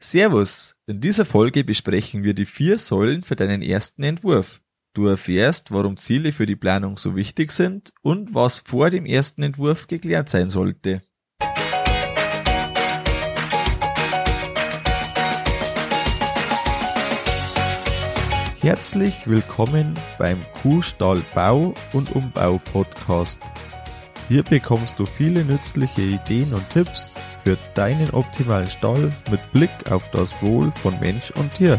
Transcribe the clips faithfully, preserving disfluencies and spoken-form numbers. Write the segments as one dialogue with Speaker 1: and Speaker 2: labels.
Speaker 1: Servus, in dieser Folge besprechen wir die vier Säulen für deinen ersten Entwurf. Du erfährst, warum Ziele für die Planung so wichtig sind und was vor dem ersten Entwurf geklärt sein sollte. Herzlich willkommen beim Kuhstall Bau- und Umbau-Podcast. Hier bekommst du viele nützliche Ideen und Tipps für deinen optimalen Stall mit Blick auf das Wohl von Mensch und Tier.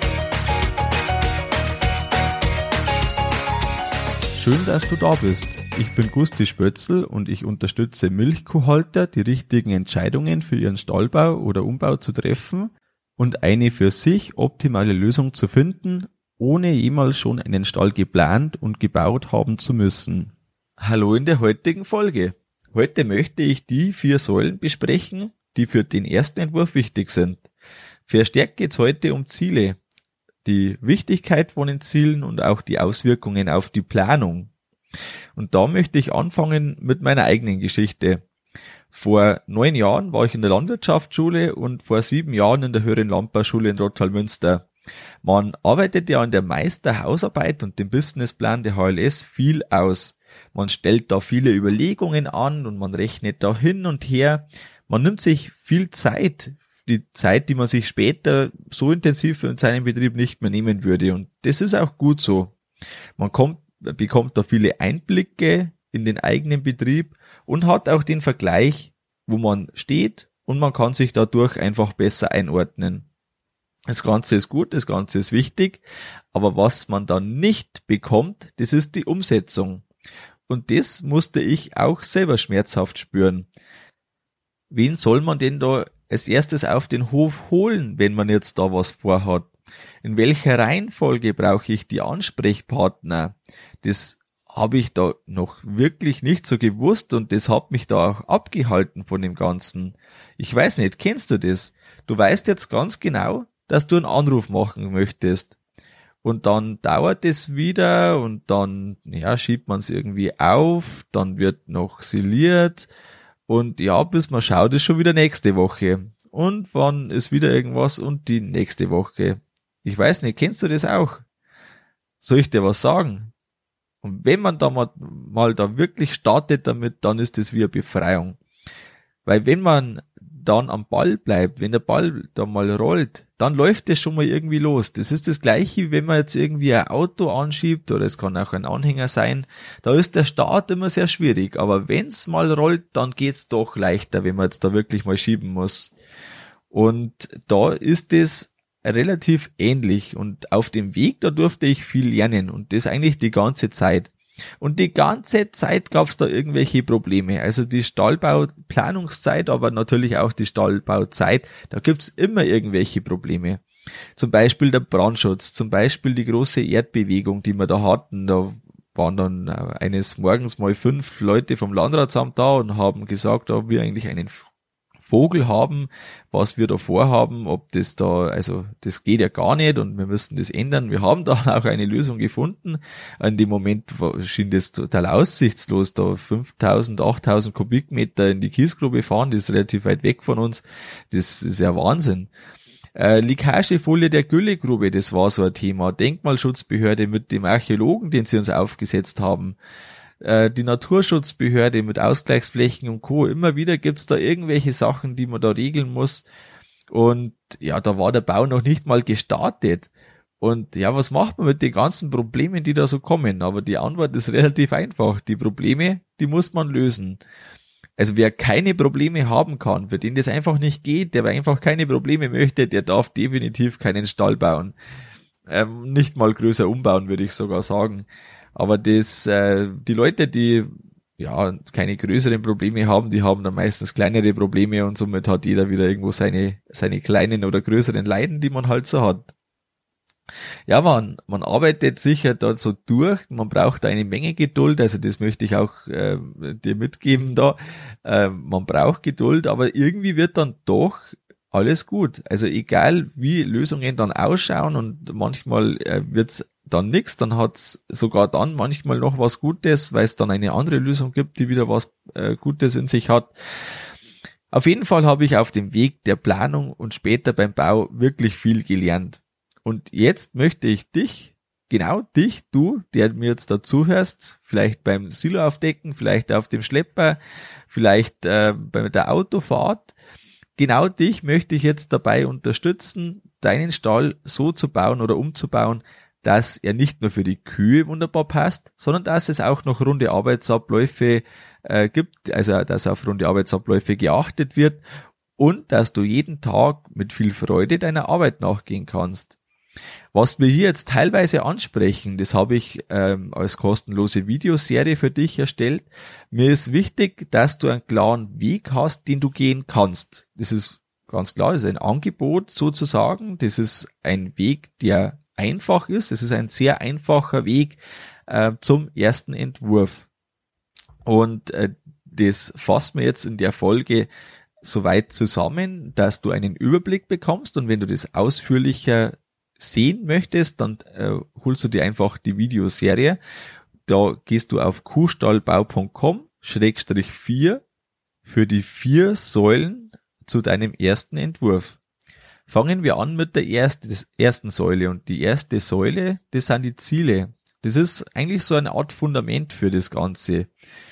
Speaker 1: Schön, dass du da bist. Ich bin Gusti Spötzl und ich unterstütze Milchkuhhalter, die richtigen Entscheidungen für ihren Stallbau oder Umbau zu treffen und eine für sich optimale Lösung zu finden, ohne jemals schon einen Stall geplant und gebaut haben zu müssen. Hallo in der heutigen Folge. Heute möchte ich die vier Säulen besprechen, die für den ersten Entwurf wichtig sind. Verstärkt geht es heute um Ziele, die Wichtigkeit von den Zielen und auch die Auswirkungen auf die Planung. Und da möchte ich anfangen mit meiner eigenen Geschichte. Vor neun Jahren war ich in der Landwirtschaftsschule und vor sieben Jahren in der Höheren Landbauschule in Rottal-Münster. Man arbeitet ja an der Meisterhausarbeit und dem Businessplan der H L S viel aus. Man stellt da viele Überlegungen an und man rechnet da hin und her. Man nimmt sich viel Zeit, die Zeit, die man sich später so intensiv in seinem Betrieb nicht mehr nehmen würde. Und das ist auch gut so. Man kommt, bekommt da viele Einblicke in den eigenen Betrieb und hat auch den Vergleich, wo man steht, und man kann sich dadurch einfach besser einordnen. Das Ganze ist gut, das Ganze ist wichtig, aber was man dann nicht bekommt, das ist die Umsetzung. Und das musste ich auch selber schmerzhaft spüren. Wen soll man denn da als erstes auf den Hof holen, wenn man jetzt da was vorhat? In welcher Reihenfolge brauche ich die Ansprechpartner? Das habe ich da noch wirklich nicht so gewusst und das hat mich da auch abgehalten von dem Ganzen. Ich weiß nicht, kennst du das? Du weißt jetzt ganz genau, dass du einen Anruf machen möchtest. Und dann dauert es wieder und dann ja, schiebt man es irgendwie auf, dann wird noch siliert und ja, bis man schaut, ist schon wieder nächste Woche. Und wann ist wieder irgendwas und die nächste Woche. Ich weiß nicht, kennst du das auch? Soll ich dir was sagen? Und wenn man da mal, mal da wirklich startet damit, dann ist das wie eine Befreiung. Weil wenn man dann am Ball bleibt, wenn der Ball da mal rollt, dann läuft das schon mal irgendwie los. Das ist das Gleiche, wie wenn man jetzt irgendwie ein Auto anschiebt oder es kann auch ein Anhänger sein. Da ist der Start immer sehr schwierig, aber wenn es mal rollt, dann geht's doch leichter, wenn man jetzt da wirklich mal schieben muss. Und da ist es relativ ähnlich und auf dem Weg, da durfte ich viel lernen und das eigentlich die ganze Zeit. Und die ganze Zeit gab es da irgendwelche Probleme. Also die Stallbauplanungszeit, aber natürlich auch die Stallbauzeit, da gibt's immer irgendwelche Probleme. Zum Beispiel der Brandschutz, zum Beispiel die große Erdbewegung, die wir da hatten. Da waren dann eines Morgens mal fünf Leute vom Landratsamt da und haben gesagt, ob wir eigentlich einen Vogel haben, was wir da vorhaben, ob das da, also das geht ja gar nicht und wir müssen das ändern. Wir haben dann auch eine Lösung gefunden. In dem Moment schien das total aussichtslos, da fünftausend, achttausend Kubikmeter in die Kiesgrube fahren, das ist relativ weit weg von uns. Das ist ja Wahnsinn. Äh, Leckagefolie der Güllegrube, das war so ein Thema. Denkmalschutzbehörde mit dem Archäologen, den sie uns aufgesetzt haben. Die Naturschutzbehörde mit Ausgleichsflächen und Co. Immer wieder gibt's da irgendwelche Sachen, die man da regeln muss. Und ja, da war der Bau noch nicht mal gestartet. Und ja, was macht man mit den ganzen Problemen, die da so kommen? Aber die Antwort ist relativ einfach. Die Probleme, die muss man lösen. Also wer keine Probleme haben kann, für den das einfach nicht geht, der einfach keine Probleme möchte, der darf definitiv keinen Stall bauen. Ähm, nicht mal größer umbauen, würde ich sogar sagen. Aber das, äh, die Leute, die ja keine größeren Probleme haben, die haben dann meistens kleinere Probleme und somit hat jeder wieder irgendwo seine seine kleinen oder größeren Leiden, die man halt so hat. Ja, man man arbeitet sicher da so durch, man braucht eine Menge Geduld, also das möchte ich auch äh, dir mitgeben da. Äh, man braucht Geduld, aber irgendwie wird dann doch alles gut. Also egal wie Lösungen dann ausschauen und manchmal äh, wird's dann nix, dann hat's sogar dann manchmal noch was Gutes, weil es dann eine andere Lösung gibt, die wieder was äh, Gutes in sich hat. Auf jeden Fall habe ich auf dem Weg der Planung und später beim Bau wirklich viel gelernt. Und jetzt möchte ich dich, genau dich, du, der mir jetzt da zuhörst, vielleicht beim Silo aufdecken, vielleicht auf dem Schlepper, vielleicht äh, bei der Autofahrt, genau dich möchte ich jetzt dabei unterstützen, deinen Stall so zu bauen oder umzubauen, dass er nicht nur für die Kühe wunderbar passt, sondern dass es auch noch runde Arbeitsabläufe äh, gibt, also dass auf runde Arbeitsabläufe geachtet wird und dass du jeden Tag mit viel Freude deiner Arbeit nachgehen kannst. Was wir hier jetzt teilweise ansprechen, das habe ich ähm, als kostenlose Videoserie für dich erstellt. Mir ist wichtig, dass du einen klaren Weg hast, den du gehen kannst. Das ist ganz klar, das ist ein Angebot sozusagen. Das ist ein Weg, der einfach ist. Es ist ein sehr einfacher Weg äh, zum ersten Entwurf. Und äh, das fassen wir jetzt in der Folge soweit zusammen, dass du einen Überblick bekommst, und wenn du das ausführlicher sehen möchtest, dann äh, holst du dir einfach die Videoserie. Da gehst du auf kuhstallbau punkt com Schrägstrich vier für die vier Säulen zu deinem ersten Entwurf. Fangen wir an mit der ersten, ersten Säule, und die erste Säule, das sind die Ziele. Das ist eigentlich so eine Art Fundament für das Ganze.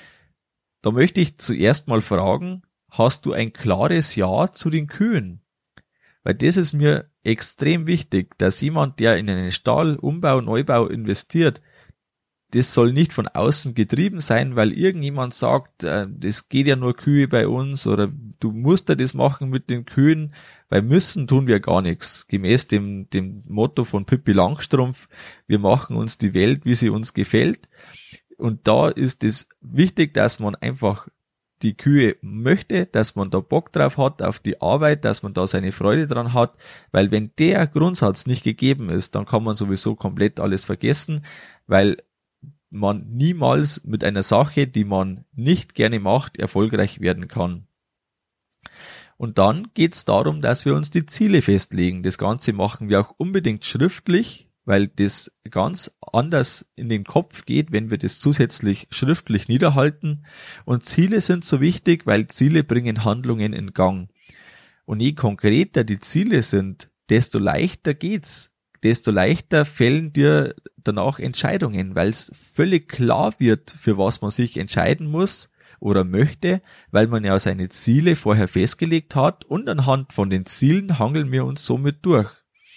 Speaker 1: Da möchte ich zuerst mal fragen, hast du ein klares Ja zu den Kühen? Weil das ist mir extrem wichtig, dass jemand, der in einen Stall, Umbau, Neubau investiert, das soll nicht von außen getrieben sein, weil irgendjemand sagt, äh, das geht ja nur Kühe bei uns, oder du musst ja das machen mit den Kühen, weil müssen tun wir gar nichts. Gemäß dem, dem Motto von Pippi Langstrumpf, wir machen uns die Welt, wie sie uns gefällt. Und da ist es wichtig, dass man einfach die Kühe möchte, dass man da Bock drauf hat, auf die Arbeit, dass man da seine Freude dran hat, weil wenn der Grundsatz nicht gegeben ist, dann kann man sowieso komplett alles vergessen, weil man niemals mit einer Sache, die man nicht gerne macht, erfolgreich werden kann. Und dann geht es darum, dass wir uns die Ziele festlegen. Das Ganze machen wir auch unbedingt schriftlich, weil das ganz anders in den Kopf geht, wenn wir das zusätzlich schriftlich niederhalten. Und Ziele sind so wichtig, weil Ziele bringen Handlungen in Gang. Und je konkreter die Ziele sind, desto leichter geht's. Desto leichter fällen dir danach Entscheidungen, weil es völlig klar wird, für was man sich entscheiden muss oder möchte, weil man ja seine Ziele vorher festgelegt hat, und anhand von den Zielen hangeln wir uns somit durch.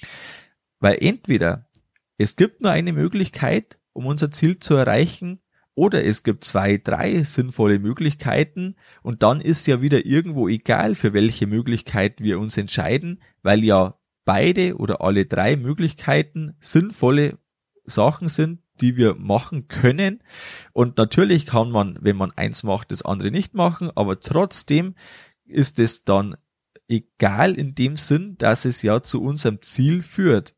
Speaker 1: Weil entweder es gibt nur eine Möglichkeit, um unser Ziel zu erreichen, oder es gibt zwei, drei sinnvolle Möglichkeiten, und dann ist ja wieder irgendwo egal, für welche Möglichkeit wir uns entscheiden, weil ja beide oder alle drei Möglichkeiten sinnvolle Sachen sind, die wir machen können. Und natürlich kann man, wenn man eins macht, das andere nicht machen, aber trotzdem ist es dann egal in dem Sinn, dass es ja zu unserem Ziel führt.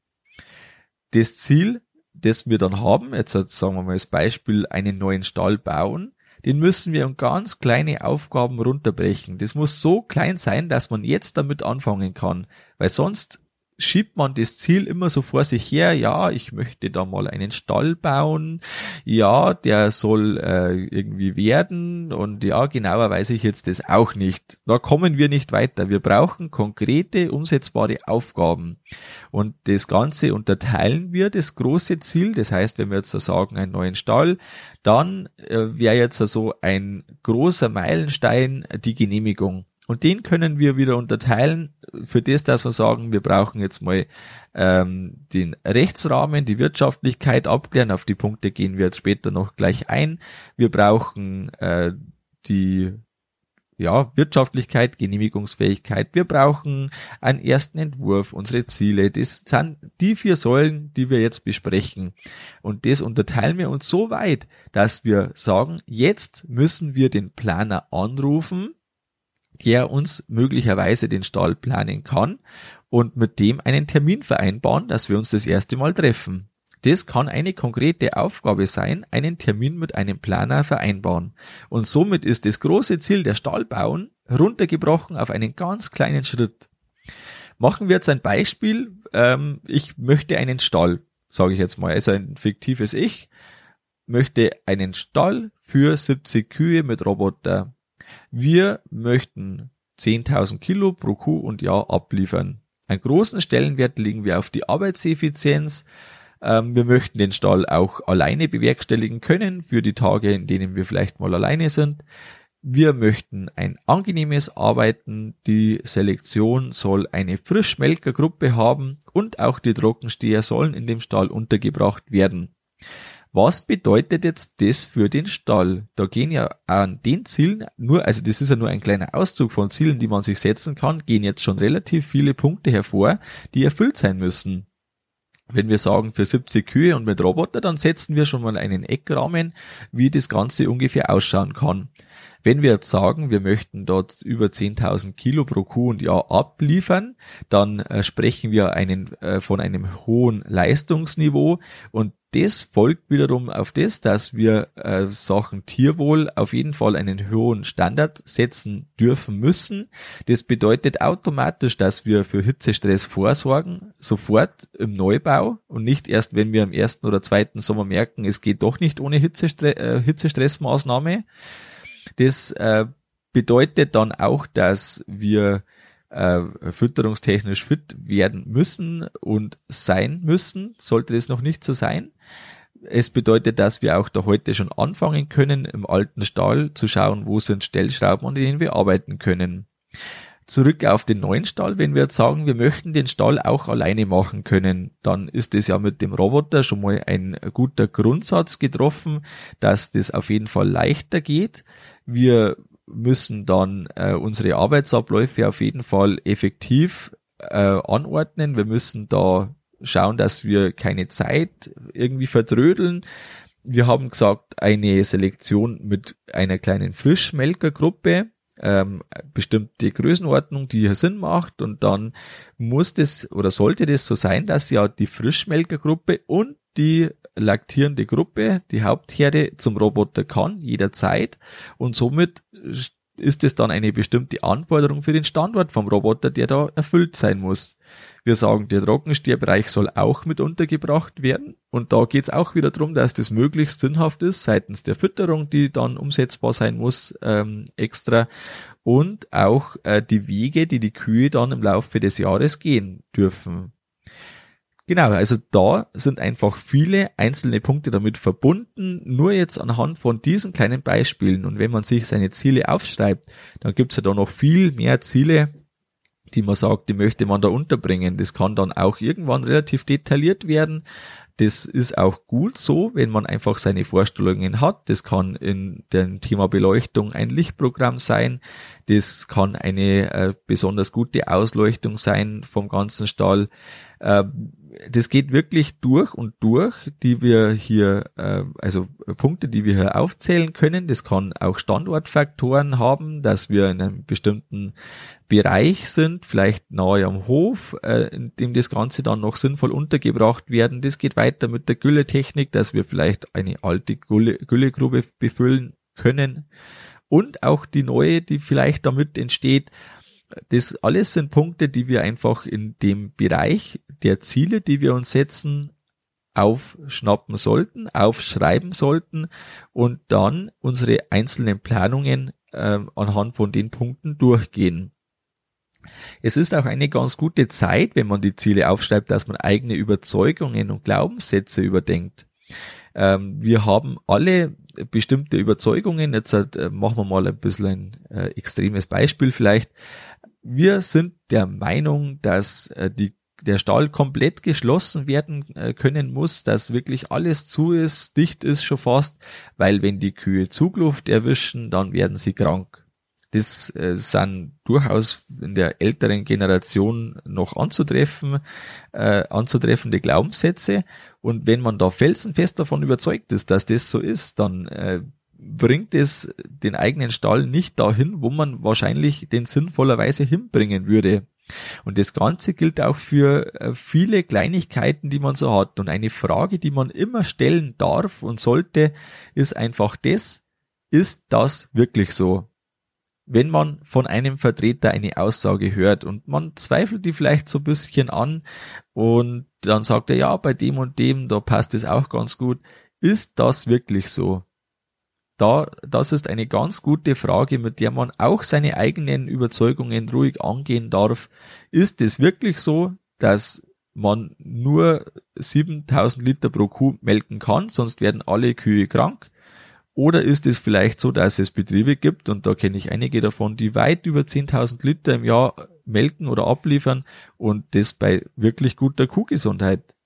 Speaker 1: Das Ziel, das wir dann haben, jetzt sagen wir mal als Beispiel einen neuen Stall bauen, den müssen wir in ganz kleine Aufgaben runterbrechen. Das muss so klein sein, dass man jetzt damit anfangen kann, weil sonst schiebt man das Ziel immer so vor sich her, ja, ich möchte da mal einen Stall bauen, ja, der soll äh, irgendwie werden, und ja, genauer weiß ich jetzt das auch nicht. Da kommen wir nicht weiter. Wir brauchen konkrete, umsetzbare Aufgaben. Und das Ganze unterteilen wir, das große Ziel. Das heißt, wenn wir jetzt da sagen, einen neuen Stall, dann äh, wäre jetzt so ein großer Meilenstein die Genehmigung. Und den können wir wieder unterteilen für das, dass wir sagen, wir brauchen jetzt mal ähm, den Rechtsrahmen, die Wirtschaftlichkeit abklären. Auf die Punkte gehen wir jetzt später noch gleich ein. Wir brauchen äh, die ja, Wirtschaftlichkeit, Genehmigungsfähigkeit. Wir brauchen einen ersten Entwurf, unsere Ziele. Das sind die vier Säulen, die wir jetzt besprechen. Und das unterteilen wir uns so weit, dass wir sagen, jetzt müssen wir den Planer anrufen, der uns möglicherweise den Stall planen kann, und mit dem einen Termin vereinbaren, dass wir uns das erste Mal treffen. Das kann eine konkrete Aufgabe sein, einen Termin mit einem Planer vereinbaren. Und somit ist das große Ziel der Stallbauen runtergebrochen auf einen ganz kleinen Schritt. Machen wir jetzt ein Beispiel. Ähm, ich möchte einen Stall, sage ich jetzt mal, also ein fiktives Ich, möchte einen Stall für siebzig Kühe mit Roboter. Wir möchten zehntausend Kilo pro Kuh und Jahr abliefern. Einen großen Stellenwert legen wir auf die Arbeitseffizienz. Ähm, wir möchten den Stall auch alleine bewerkstelligen können für die Tage, in denen wir vielleicht mal alleine sind. Wir möchten ein angenehmes Arbeiten. Die Selektion soll eine Frischmelkergruppe haben und auch die Trockensteher sollen in dem Stall untergebracht werden. Was bedeutet jetzt das für den Stall? Da gehen ja an den Zielen nur, also das ist ja nur ein kleiner Auszug von Zielen, die man sich setzen kann, gehen jetzt schon relativ viele Punkte hervor, die erfüllt sein müssen. Wenn wir sagen für siebzig Kühe und mit Roboter, dann setzen wir schon mal einen Eckrahmen, wie das Ganze ungefähr ausschauen kann. Wenn wir jetzt sagen, wir möchten dort über zehntausend Kilo pro Kuh und Jahr abliefern, dann äh, sprechen wir einen, äh, von einem hohen Leistungsniveau und das folgt wiederum auf das, dass wir äh, Sachen Tierwohl auf jeden Fall einen hohen Standard setzen dürfen müssen. Das bedeutet automatisch, dass wir für Hitzestress vorsorgen, sofort im Neubau und nicht erst, wenn wir im ersten oder zweiten Sommer merken, es geht doch nicht ohne Hitzestre- äh, Hitzestressmaßnahme. Das äh, bedeutet dann auch, dass wir äh, fütterungstechnisch fit werden müssen und sein müssen, sollte das noch nicht so sein. Es bedeutet, dass wir auch da heute schon anfangen können, im alten Stall zu schauen, wo sind Stellschrauben, an denen wir arbeiten können. Zurück auf den neuen Stall, wenn wir jetzt sagen, wir möchten den Stall auch alleine machen können, dann ist es ja mit dem Roboter schon mal ein guter Grundsatz getroffen, dass das auf jeden Fall leichter geht. Wir müssen dann äh, unsere Arbeitsabläufe auf jeden Fall effektiv äh, anordnen. Wir müssen da schauen, dass wir keine Zeit irgendwie vertrödeln. Wir haben gesagt, eine Selektion mit einer kleinen Frischmelkergruppe, ähm, bestimmte Größenordnung, die hier Sinn macht, und dann muss das oder sollte das so sein, dass ja die Frischmelkergruppe und die laktierende Gruppe, die Hauptherde, zum Roboter kann, jederzeit, und somit ist es dann eine bestimmte Anforderung für den Standort vom Roboter, der da erfüllt sein muss. Wir sagen, der Trockensteherbereich soll auch mit untergebracht werden, und da geht es auch wieder darum, dass das möglichst sinnhaft ist, seitens der Fütterung, die dann umsetzbar sein muss, ähm, extra, und auch äh, die Wege, die die Kühe dann im Laufe des Jahres gehen dürfen. Genau, also da sind einfach viele einzelne Punkte damit verbunden, nur jetzt anhand von diesen kleinen Beispielen. Und wenn man sich seine Ziele aufschreibt, dann gibt's ja da noch viel mehr Ziele, die man sagt, die möchte man da unterbringen. Das kann dann auch irgendwann relativ detailliert werden. Das ist auch gut so, wenn man einfach seine Vorstellungen hat. Das kann in dem Thema Beleuchtung ein Lichtprogramm sein. Das kann eine äh, besonders gute Ausleuchtung sein vom ganzen Stall. Äh, das geht wirklich durch und durch, die wir hier, äh, also Punkte, die wir hier aufzählen können. Das kann auch Standortfaktoren haben, dass wir in einem bestimmten Bereich sind, vielleicht nahe am Hof, äh, in dem das Ganze dann noch sinnvoll untergebracht werden. Das geht weiter mit der Gülletechnik, dass wir vielleicht eine alte Gülle, Güllegrube befüllen können, und auch die neue, die vielleicht damit entsteht. Das alles sind Punkte, die wir einfach in dem Bereich der Ziele, die wir uns setzen, aufschnappen sollten, aufschreiben sollten und dann unsere einzelnen Planungen äh, anhand von den Punkten durchgehen. Es ist auch eine ganz gute Zeit, wenn man die Ziele aufschreibt, dass man eigene Überzeugungen und Glaubenssätze überdenkt. Ähm, wir haben alle bestimmte Überzeugungen. Jetzt äh, machen wir mal ein bisschen ein äh, extremes Beispiel vielleicht. Wir sind der Meinung, dass äh, die, der Stall komplett geschlossen werden äh, können muss, dass wirklich alles zu ist, dicht ist schon fast, weil wenn die Kühe Zugluft erwischen, dann werden sie krank. Das äh, sind durchaus in der älteren Generation noch anzutreffen, äh, anzutreffende Glaubenssätze. Und wenn man da felsenfest davon überzeugt ist, dass das so ist, dann äh, bringt es den eigenen Stall nicht dahin, wo man wahrscheinlich den sinnvollerweise hinbringen würde. Und das Ganze gilt auch für äh, viele Kleinigkeiten, die man so hat. Und eine Frage, die man immer stellen darf und sollte, ist einfach das: Ist das wirklich so? Wenn man von einem Vertreter eine Aussage hört und man zweifelt die vielleicht so ein bisschen an und dann sagt er, ja, bei dem und dem, da passt es auch ganz gut. Ist das wirklich so? Da, das ist eine ganz gute Frage, mit der man auch seine eigenen Überzeugungen ruhig angehen darf. Ist es wirklich so, dass man nur siebentausend Liter pro Kuh melken kann, sonst werden alle Kühe krank? Oder ist es vielleicht so, dass es Betriebe gibt, und da kenne ich einige davon, die weit über zehntausend Liter im Jahr melken oder abliefern und das bei wirklich guter Kuhgesundheit?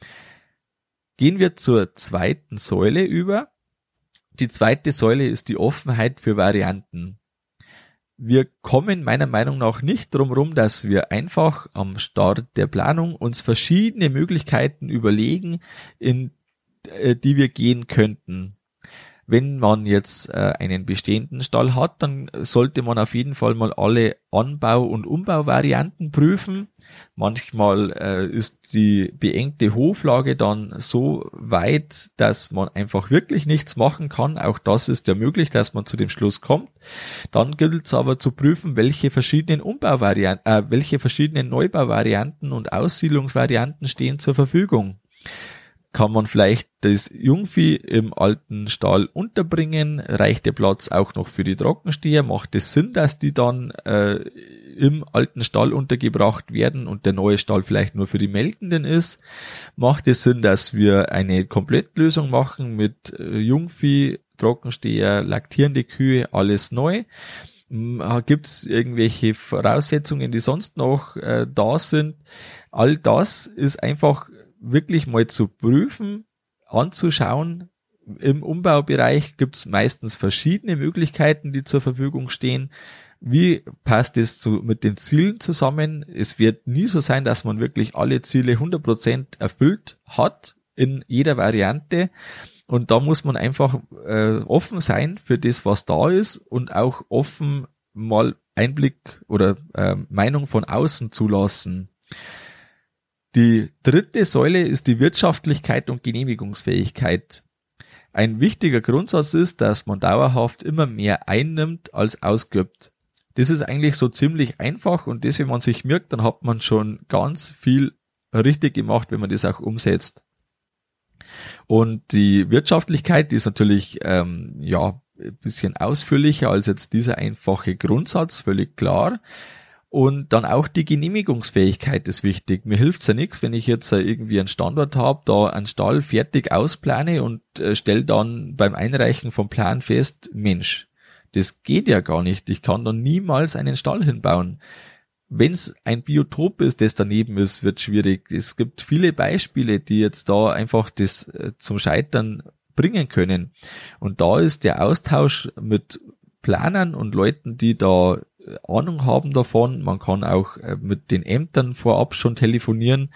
Speaker 1: Gehen wir zur zweiten Säule über. Die zweite Säule ist die Offenheit für Varianten. Wir kommen meiner Meinung nach nicht drum rum, dass wir einfach am Start der Planung uns verschiedene Möglichkeiten überlegen, in die wir gehen könnten. Wenn man jetzt äh, einen bestehenden Stall hat, dann sollte man auf jeden Fall mal alle Anbau- und Umbauvarianten prüfen. Manchmal äh, ist die beengte Hoflage dann so weit, dass man einfach wirklich nichts machen kann. Auch das ist ja möglich, dass man zu dem Schluss kommt. Dann gilt es aber zu prüfen, welche verschiedenen Umbauvarianten, äh, welche verschiedenen Neubauvarianten und Aussiedlungsvarianten stehen zur Verfügung. Kann man vielleicht das Jungvieh im alten Stall unterbringen? Reicht der Platz auch noch für die Trockensteher? Macht es Sinn, dass die dann äh, im alten Stall untergebracht werden und der neue Stall vielleicht nur für die Melkenden ist? Macht es Sinn, dass wir eine Komplettlösung machen mit äh, Jungvieh, Trockensteher, laktierende Kühe, alles neu? Gibt es irgendwelche Voraussetzungen, die sonst noch äh, da sind? All das ist einfach wirklich mal zu prüfen, anzuschauen. Im Umbaubereich gibt es meistens verschiedene Möglichkeiten, die zur Verfügung stehen. Wie passt es zu, mit den Zielen zusammen? Es wird nie so sein, dass man wirklich alle Ziele hundert Prozent erfüllt hat in jeder Variante. Und da muss man einfach äh, offen sein für das, was da ist, und auch offen mal Einblick oder äh, Meinung von außen zulassen. Die dritte Säule ist die Wirtschaftlichkeit und Genehmigungsfähigkeit. Ein wichtiger Grundsatz ist, dass man dauerhaft immer mehr einnimmt als ausgibt. Das ist eigentlich so ziemlich einfach, und das, wenn man sich merkt, dann hat man schon ganz viel richtig gemacht, wenn man das auch umsetzt. Und die Wirtschaftlichkeit, die ist natürlich ähm, ja ein bisschen ausführlicher als jetzt dieser einfache Grundsatz, völlig klar. Und dann auch die Genehmigungsfähigkeit ist wichtig. Mir hilft's ja nichts, wenn ich jetzt irgendwie einen Standort habe, da einen Stall fertig ausplane und äh, stelle dann beim Einreichen vom Plan fest, Mensch, das geht ja gar nicht. Ich kann dann niemals einen Stall hinbauen. Wenn es ein Biotop ist, das daneben ist, wird schwierig. Es gibt viele Beispiele, die jetzt da einfach das äh, zum Scheitern bringen können. Und da ist der Austausch mit Planern und Leuten, die da Ahnung haben davon, man kann auch mit den Ämtern vorab schon telefonieren.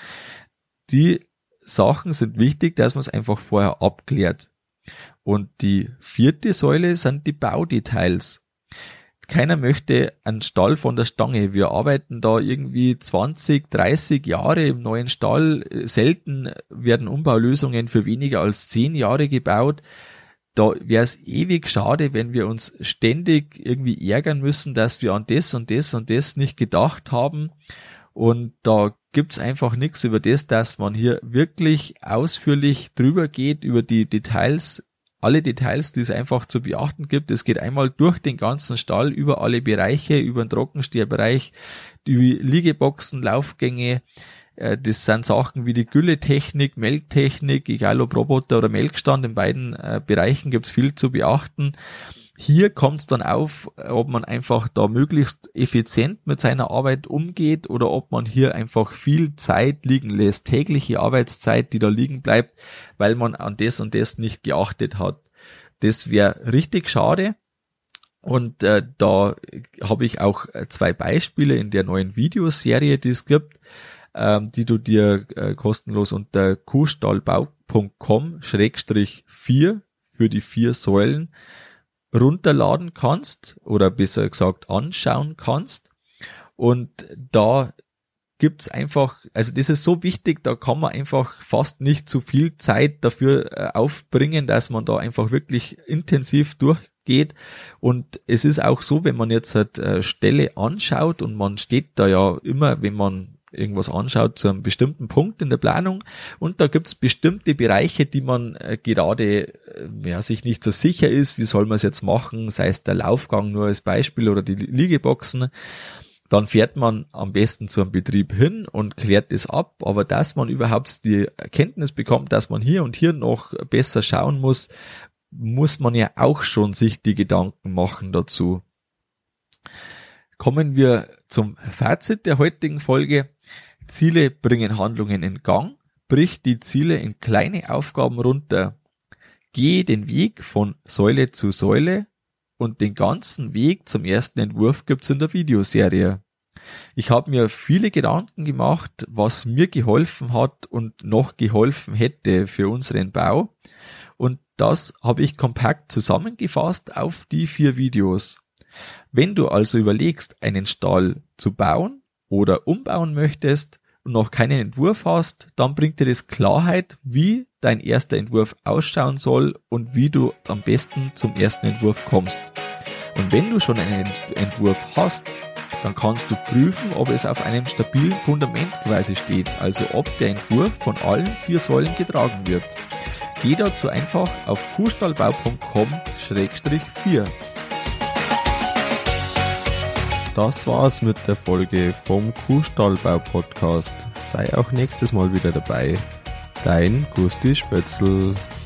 Speaker 1: Die Sachen sind wichtig, dass man es einfach vorher abklärt. Und die vierte Säule sind die Baudetails. Keiner möchte einen Stall von der Stange. Wir arbeiten da irgendwie zwanzig, dreißig Jahre im neuen Stall. Selten werden Umbaulösungen für weniger als zehn Jahre gebaut. Da wäre es ewig schade, wenn wir uns ständig irgendwie ärgern müssen, dass wir an das und das und das nicht gedacht haben. Und da gibt's einfach nichts über das, dass man hier wirklich ausführlich drüber geht, über die Details, alle Details, die es einfach zu beachten gibt. Es geht einmal durch den ganzen Stall, über alle Bereiche, über den Trockensteherbereich, die Liegeboxen, Laufgänge. Das sind Sachen wie die Gülletechnik, Melktechnik, egal ob Roboter oder Melkstand, in beiden äh, Bereichen gibt's viel zu beachten. Hier kommt es dann auf, ob man einfach da möglichst effizient mit seiner Arbeit umgeht oder ob man hier einfach viel Zeit liegen lässt, tägliche Arbeitszeit, die da liegen bleibt, weil man an das und das nicht geachtet hat. Das wäre richtig schade. Und äh, da habe ich auch zwei Beispiele in der neuen Videoserie, die es gibt, die du dir äh, kostenlos unter kuhstallbau punkt com schrägstrich vier für die vier Säulen runterladen kannst oder besser gesagt anschauen kannst. Und da gibt's einfach, also das ist so wichtig, da kann man einfach fast nicht zu viel Zeit dafür äh, aufbringen, dass man da einfach wirklich intensiv durchgeht. Und es ist auch so, wenn man jetzt halt äh, Ställe anschaut und man steht da ja immer, wenn man irgendwas anschaut zu einem bestimmten Punkt in der Planung und da gibt's bestimmte Bereiche, die man äh, gerade äh, ja, sich nicht so sicher ist, wie soll man es jetzt machen, sei es der Laufgang nur als Beispiel oder die Liegeboxen. Dann fährt man am besten zu einem Betrieb hin und klärt das ab, aber dass man überhaupt die Erkenntnis bekommt, dass man hier und hier noch besser schauen muss, muss man ja auch schon sich die Gedanken machen dazu. Kommen wir zum Fazit der heutigen Folge. Ziele bringen Handlungen in Gang, brich die Ziele in kleine Aufgaben runter, gehe den Weg von Säule zu Säule und den ganzen Weg zum ersten Entwurf gibt's in der Videoserie. Ich habe mir viele Gedanken gemacht, was mir geholfen hat und noch geholfen hätte für unseren Bau und das habe ich kompakt zusammengefasst auf die vier Videos. Wenn du also überlegst, einen Stall zu bauen oder umbauen möchtest und noch keinen Entwurf hast, dann bringt dir das Klarheit, wie dein erster Entwurf ausschauen soll und wie du am besten zum ersten Entwurf kommst. Und wenn du schon einen Entwurf hast, dann kannst du prüfen, ob es auf einem stabilen Fundament quasi steht, also ob der Entwurf von allen vier Säulen getragen wird. Geh dazu einfach auf kuhstallbau punkt com Schrägstrich vier. Das war's mit der Folge vom Kuhstallbau-Podcast. Sei auch nächstes Mal wieder dabei. Dein Gusti Spötzl.